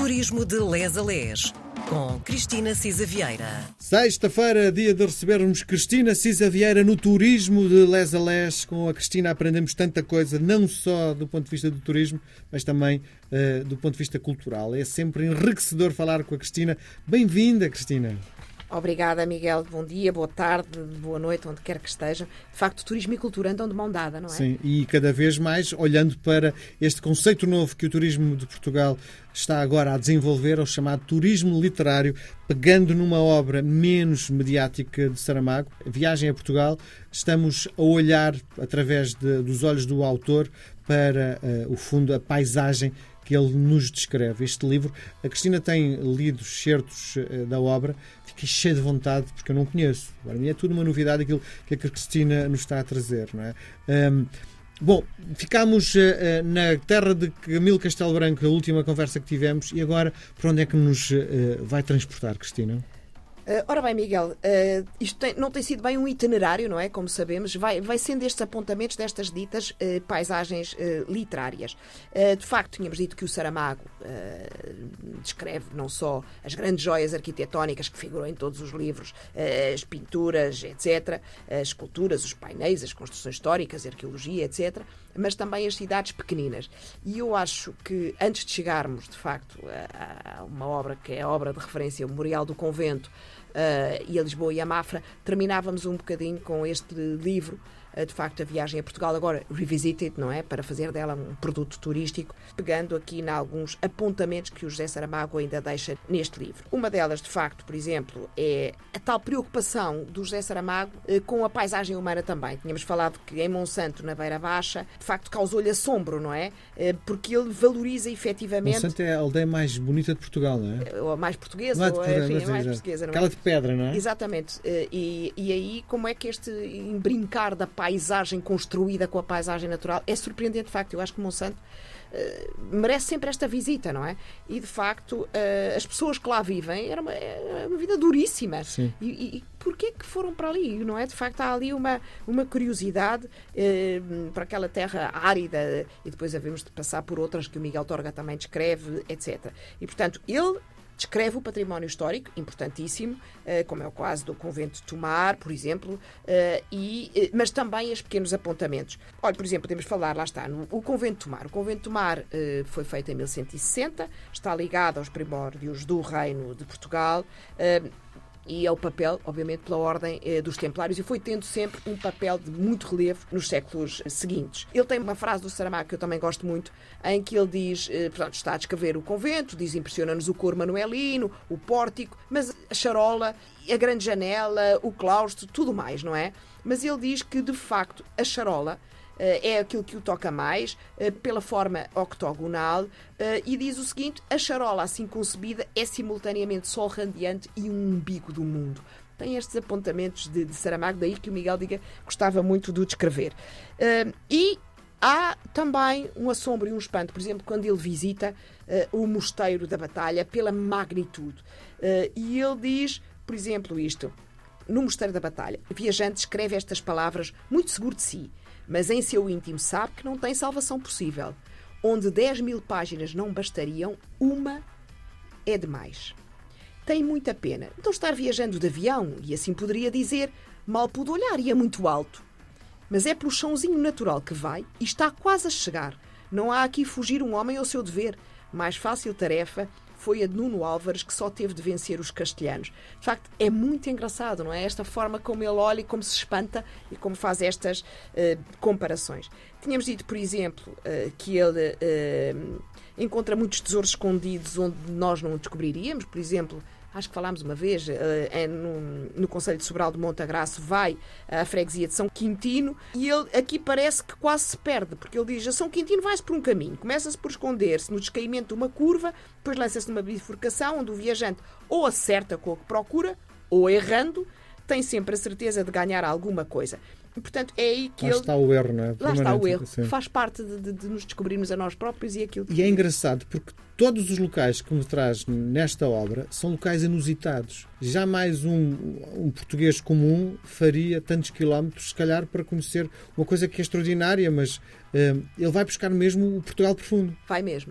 Turismo de Les a Les, com Cristina Cisa Vieira. Sexta-feira, dia de recebermos Cristina Cisa Vieira no Turismo de Les a Les. Com a Cristina aprendemos tanta coisa, não só do ponto de vista do turismo, mas também do ponto de vista cultural. É sempre enriquecedor falar com a Cristina. Bem-vinda, Cristina. Obrigada, Miguel. Bom dia, boa tarde, boa noite, onde quer que estejam. De facto, turismo e cultura andam de mão dada, não é? Sim, e cada vez mais olhando para este conceito novo que o turismo de Portugal está agora a desenvolver, o chamado turismo literário, pegando numa obra menos mediática de Saramago, Viagem a Portugal. Estamos a olhar, através dos olhos do autor, para o fundo, a paisagem que ele nos descreve. Este livro, a Cristina tem lido certos da obra, fiquei cheio de vontade, porque eu não conheço. Para mim é tudo uma novidade aquilo que a Cristina nos está a trazer, não é? Bom, ficámos na terra de Camilo Castelo Branco, a última conversa que tivemos, e agora, para onde é que nos vai transportar, Cristina? Ora bem, Miguel, isto não tem sido bem um itinerário, não é? Como sabemos, vai sendo estes apontamentos destas ditas paisagens literárias. De facto, tínhamos dito que o Saramago descreve não só as grandes joias arquitetónicas que figuram em todos os livros, as pinturas, etc., as esculturas, os painéis, as construções históricas, a arqueologia, etc., mas também as cidades pequeninas. E eu acho que, antes de chegarmos, de facto, a uma obra que é a obra de referência, o Memorial do Convento, e a Lisboa e a Mafra, terminávamos um bocadinho com este livro, de facto, a Viagem a Portugal, agora revisited, não é? Para fazer dela um produto turístico, pegando aqui em alguns apontamentos que o José Saramago ainda deixa neste livro. Uma delas, de facto, por exemplo, é a tal preocupação do José Saramago com a paisagem humana também. Tínhamos falado que em Monsanto, na Beira Baixa, de facto causou-lhe assombro, não é? Porque ele valoriza efetivamente... Monsanto é a aldeia mais bonita de Portugal, não é? Ou a mais portuguesa, ou enfim, a mais portuguesa, não é? Aquela de pedra, não é? Exatamente. E aí, como é que este brincar da paisagem construída com a paisagem natural é surpreendente, de facto. Eu acho que Monsanto merece sempre esta visita, não é? E, de facto, as pessoas que lá vivem, era uma vida duríssima. Sim. E porquê que foram para ali, não é? De facto, há ali uma curiosidade para aquela terra árida, e depois havemos de passar por outras que o Miguel Torga também descreve, etc. E, portanto, ele descreve o património histórico, importantíssimo, como é o caso do Convento de Tomar, por exemplo, mas também os pequenos apontamentos. Olha, por exemplo, podemos falar, lá está, o Convento de Tomar. O Convento de Tomar foi feito em 1160, está ligado aos primórdios do Reino de Portugal, e é o papel, obviamente, pela ordem dos Templários, e foi tendo sempre um papel de muito relevo nos séculos seguintes. Ele tem uma frase do Saramago que eu também gosto muito, em que ele diz, portanto, está a descrever o convento, diz, impressiona-nos o coro manuelino, o pórtico, mas a charola, a grande janela, o claustro, tudo mais, não é? Mas ele diz que, de facto, a charola é aquilo que o toca mais, pela forma octogonal, e diz o seguinte: a charola assim concebida é simultaneamente sol radiante e um umbigo do mundo. Tem estes apontamentos de Saramago, daí que o Miguel diga que gostava muito de o descrever. E há também um assombro e um espanto, por exemplo, quando ele visita o Mosteiro da Batalha, pela magnitude. E ele diz, por exemplo, isto: no Mosteiro da Batalha, o viajante escreve estas palavras muito seguro de si, mas em seu íntimo sabe que não tem salvação possível. Onde 10.000 páginas não bastariam, uma é demais. Tem muita pena. Então estar viajando de avião, e assim poderia dizer, mal pude olhar, ia muito alto. Mas é pelo chãozinho natural que vai e está quase a chegar. Não há aqui fugir um homem ao seu dever. Mais fácil tarefa foi a de Nuno Álvares, que só teve de vencer os castelhanos. De facto, é muito engraçado, não é? Esta forma como ele olha e como se espanta e como faz estas comparações. Tínhamos dito, por exemplo, que ele encontra muitos tesouros escondidos onde nós não descobriríamos. Por exemplo, acho que falámos uma vez, no Concelho de Sobral de Montagraço, vai à freguesia de São Quintino, e ele aqui parece que quase se perde, porque ele diz: a São Quintino vai-se por um caminho, começa-se por esconder-se no descaimento de uma curva, depois lança-se numa bifurcação onde o viajante ou acerta com o que procura, ou errando, tem sempre a certeza de ganhar alguma coisa. E, portanto, é aí que lá está o erro, não é? Lá está o erro. Sim. Faz parte de nos descobrirmos a nós próprios e aquilo que... E é engraçado porque todos os locais que me traz nesta obra são locais inusitados. Jamais um português comum faria tantos quilómetros, se calhar, para conhecer uma coisa que é extraordinária, mas ele vai buscar mesmo o Portugal profundo. Vai mesmo.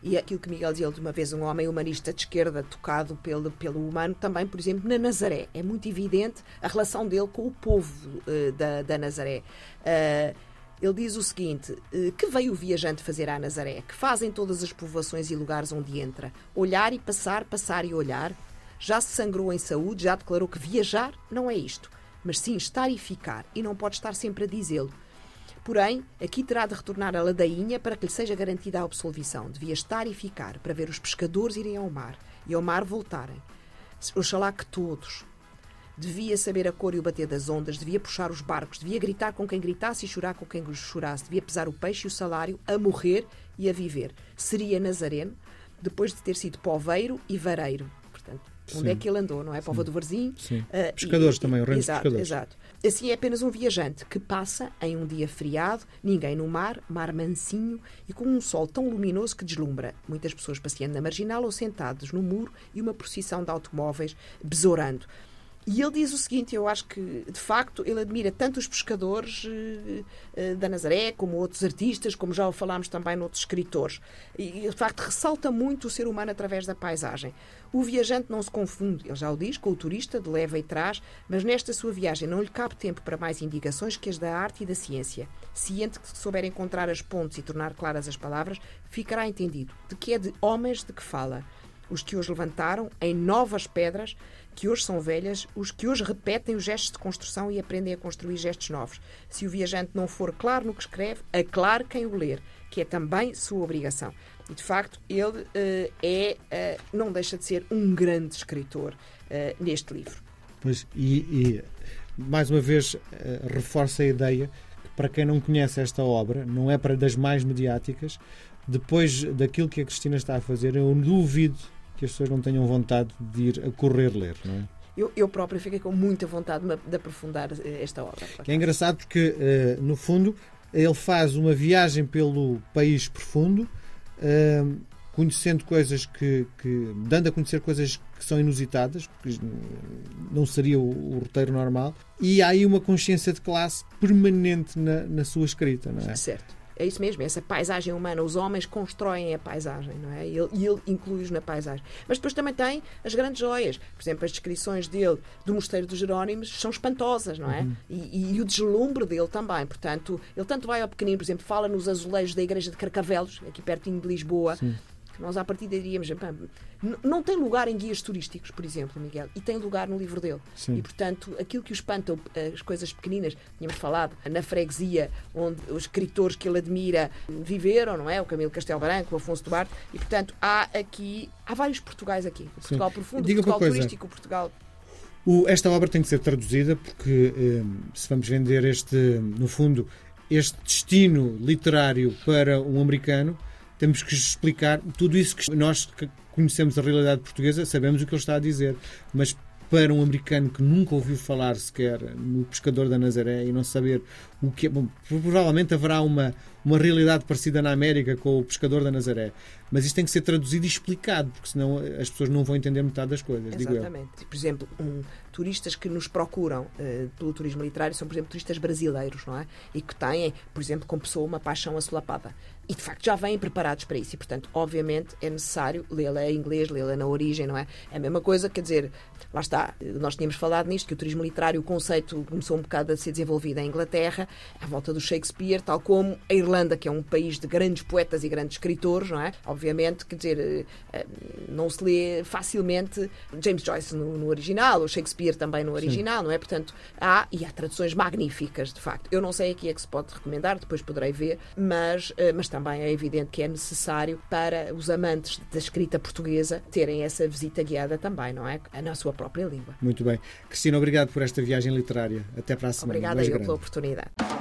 E aquilo que Miguel dizia de uma vez, um homem humanista de esquerda tocado pelo humano, também, por exemplo, na Nazaré. É muito evidente a relação dele com o povo da Nazaré. Ele diz o seguinte: que veio o viajante fazer à Nazaré? Que fazem todas as povoações e lugares onde entra? Olhar e passar, passar e olhar? Já se sangrou em saúde, já declarou que viajar não é isto, mas sim estar e ficar, e não pode estar sempre a dizê-lo. Porém, aqui terá de retornar a ladainha para que lhe seja garantida a absolvição. Devia estar e ficar, para ver os pescadores irem ao mar, e ao mar voltarem. Oxalá que todos. Devia saber a cor e o bater das ondas, devia puxar os barcos, devia gritar com quem gritasse e chorar com quem chorasse, devia pesar o peixe e o salário, a morrer e a viver. Seria nazareno, depois de ter sido poveiro e vareiro. Portanto, onde é que ele andou, não é? Póvoa do Varzim. Pescadores também, o reino dos pescadores. Exato. Assim é apenas um viajante que passa em um dia feriado, ninguém no mar, mar mansinho e com um sol tão luminoso que deslumbra. Muitas pessoas passeando na marginal ou sentados no muro e uma procissão de automóveis besourando. E ele diz o seguinte, eu acho que, de facto, ele admira tanto os pescadores da Nazaré, como outros artistas, como já o falámos também noutros escritores. E, de facto, ressalta muito o ser humano através da paisagem. O viajante não se confunde, ele já o diz, com o turista de leva e trás, mas nesta sua viagem não lhe cabe tempo para mais indicações que as da arte e da ciência. Ciente que, se souber encontrar as pontes e tornar claras as palavras, ficará entendido de que é de homens de que fala. Os que hoje levantaram em novas pedras, que hoje são velhas, os que hoje repetem os gestos de construção e aprendem a construir gestos novos. Se o viajante não for claro no que escreve, aclare quem o ler, que é também sua obrigação. E, de facto, ele não deixa de ser um grande escritor neste livro. Pois, e mais uma vez, reforça a ideia que, para quem não conhece esta obra, não é para das mais mediáticas. Depois daquilo que a Cristina está a fazer, eu duvido que as pessoas não tenham vontade de ir a correr ler, não é? Eu própria fiquei com muita vontade de aprofundar esta obra. É engraçado porque, no fundo, ele faz uma viagem pelo país profundo, conhecendo coisas dando a conhecer coisas que são inusitadas, porque não seria o roteiro normal, e há aí uma consciência de classe permanente na sua escrita, não é? Certo. É isso mesmo, essa paisagem humana. Os homens constroem a paisagem, não é? E ele inclui-os na paisagem. Mas depois também tem as grandes joias. Por exemplo, as descrições dele do Mosteiro dos Jerónimos são espantosas, não é? E o deslumbre dele também. Portanto, ele tanto vai ao pequenino, por exemplo, fala nos azulejos da igreja de Carcavelos, aqui pertinho de Lisboa. Sim. Nós, à partida, diríamos, não tem lugar em guias turísticos, por exemplo, Miguel, e tem lugar no livro dele. Sim. E, portanto, aquilo que o espanta, as coisas pequeninas, tínhamos falado, na freguesia, onde os escritores que ele admira viveram, não é? O Camilo Castelo Branco, o Afonso Duarte, e, portanto, há vários Portugais aqui. O Portugal profundo, o Portugal turístico, o Portugal... Esta obra tem que ser traduzida, porque se vamos vender no fundo, este destino literário para um americano, temos que explicar tudo isso que nós que conhecemos a realidade portuguesa, sabemos o que ele está a dizer, mas para um americano que nunca ouviu falar sequer no Pescador da Nazaré e não saber o que é... Bom, provavelmente haverá uma realidade parecida na América com o Pescador da Nazaré, mas isto tem que ser traduzido e explicado, porque senão as pessoas não vão entender metade das coisas. Exatamente. Digo eu. Por exemplo, turistas que nos procuram pelo turismo literário são, por exemplo, turistas brasileiros, não é? E que têm, por exemplo, como pessoa, uma paixão assolapada. E, de facto, já vêm preparados para isso. E, portanto, obviamente, é necessário lê-la em inglês, lê-la na origem, não é? É a mesma coisa, quer dizer, lá está, nós tínhamos falado nisto, que o turismo literário, o conceito começou um bocado a ser desenvolvido em Inglaterra, à volta do Shakespeare, tal como a Irlanda, que é um país de grandes poetas e grandes escritores, não é? Obviamente, quer dizer, não se lê facilmente James Joyce no original, ou Shakespeare também no original, sim, não é? Portanto, há traduções magníficas, de facto. Eu não sei aqui é que se pode recomendar, depois poderei ver, mas também é evidente que é necessário para os amantes da escrita portuguesa terem essa visita guiada também, não é? Na sua própria língua. Muito bem. Cristina, obrigado por esta viagem literária. Até para a semana. Obrigada eu pela oportunidade.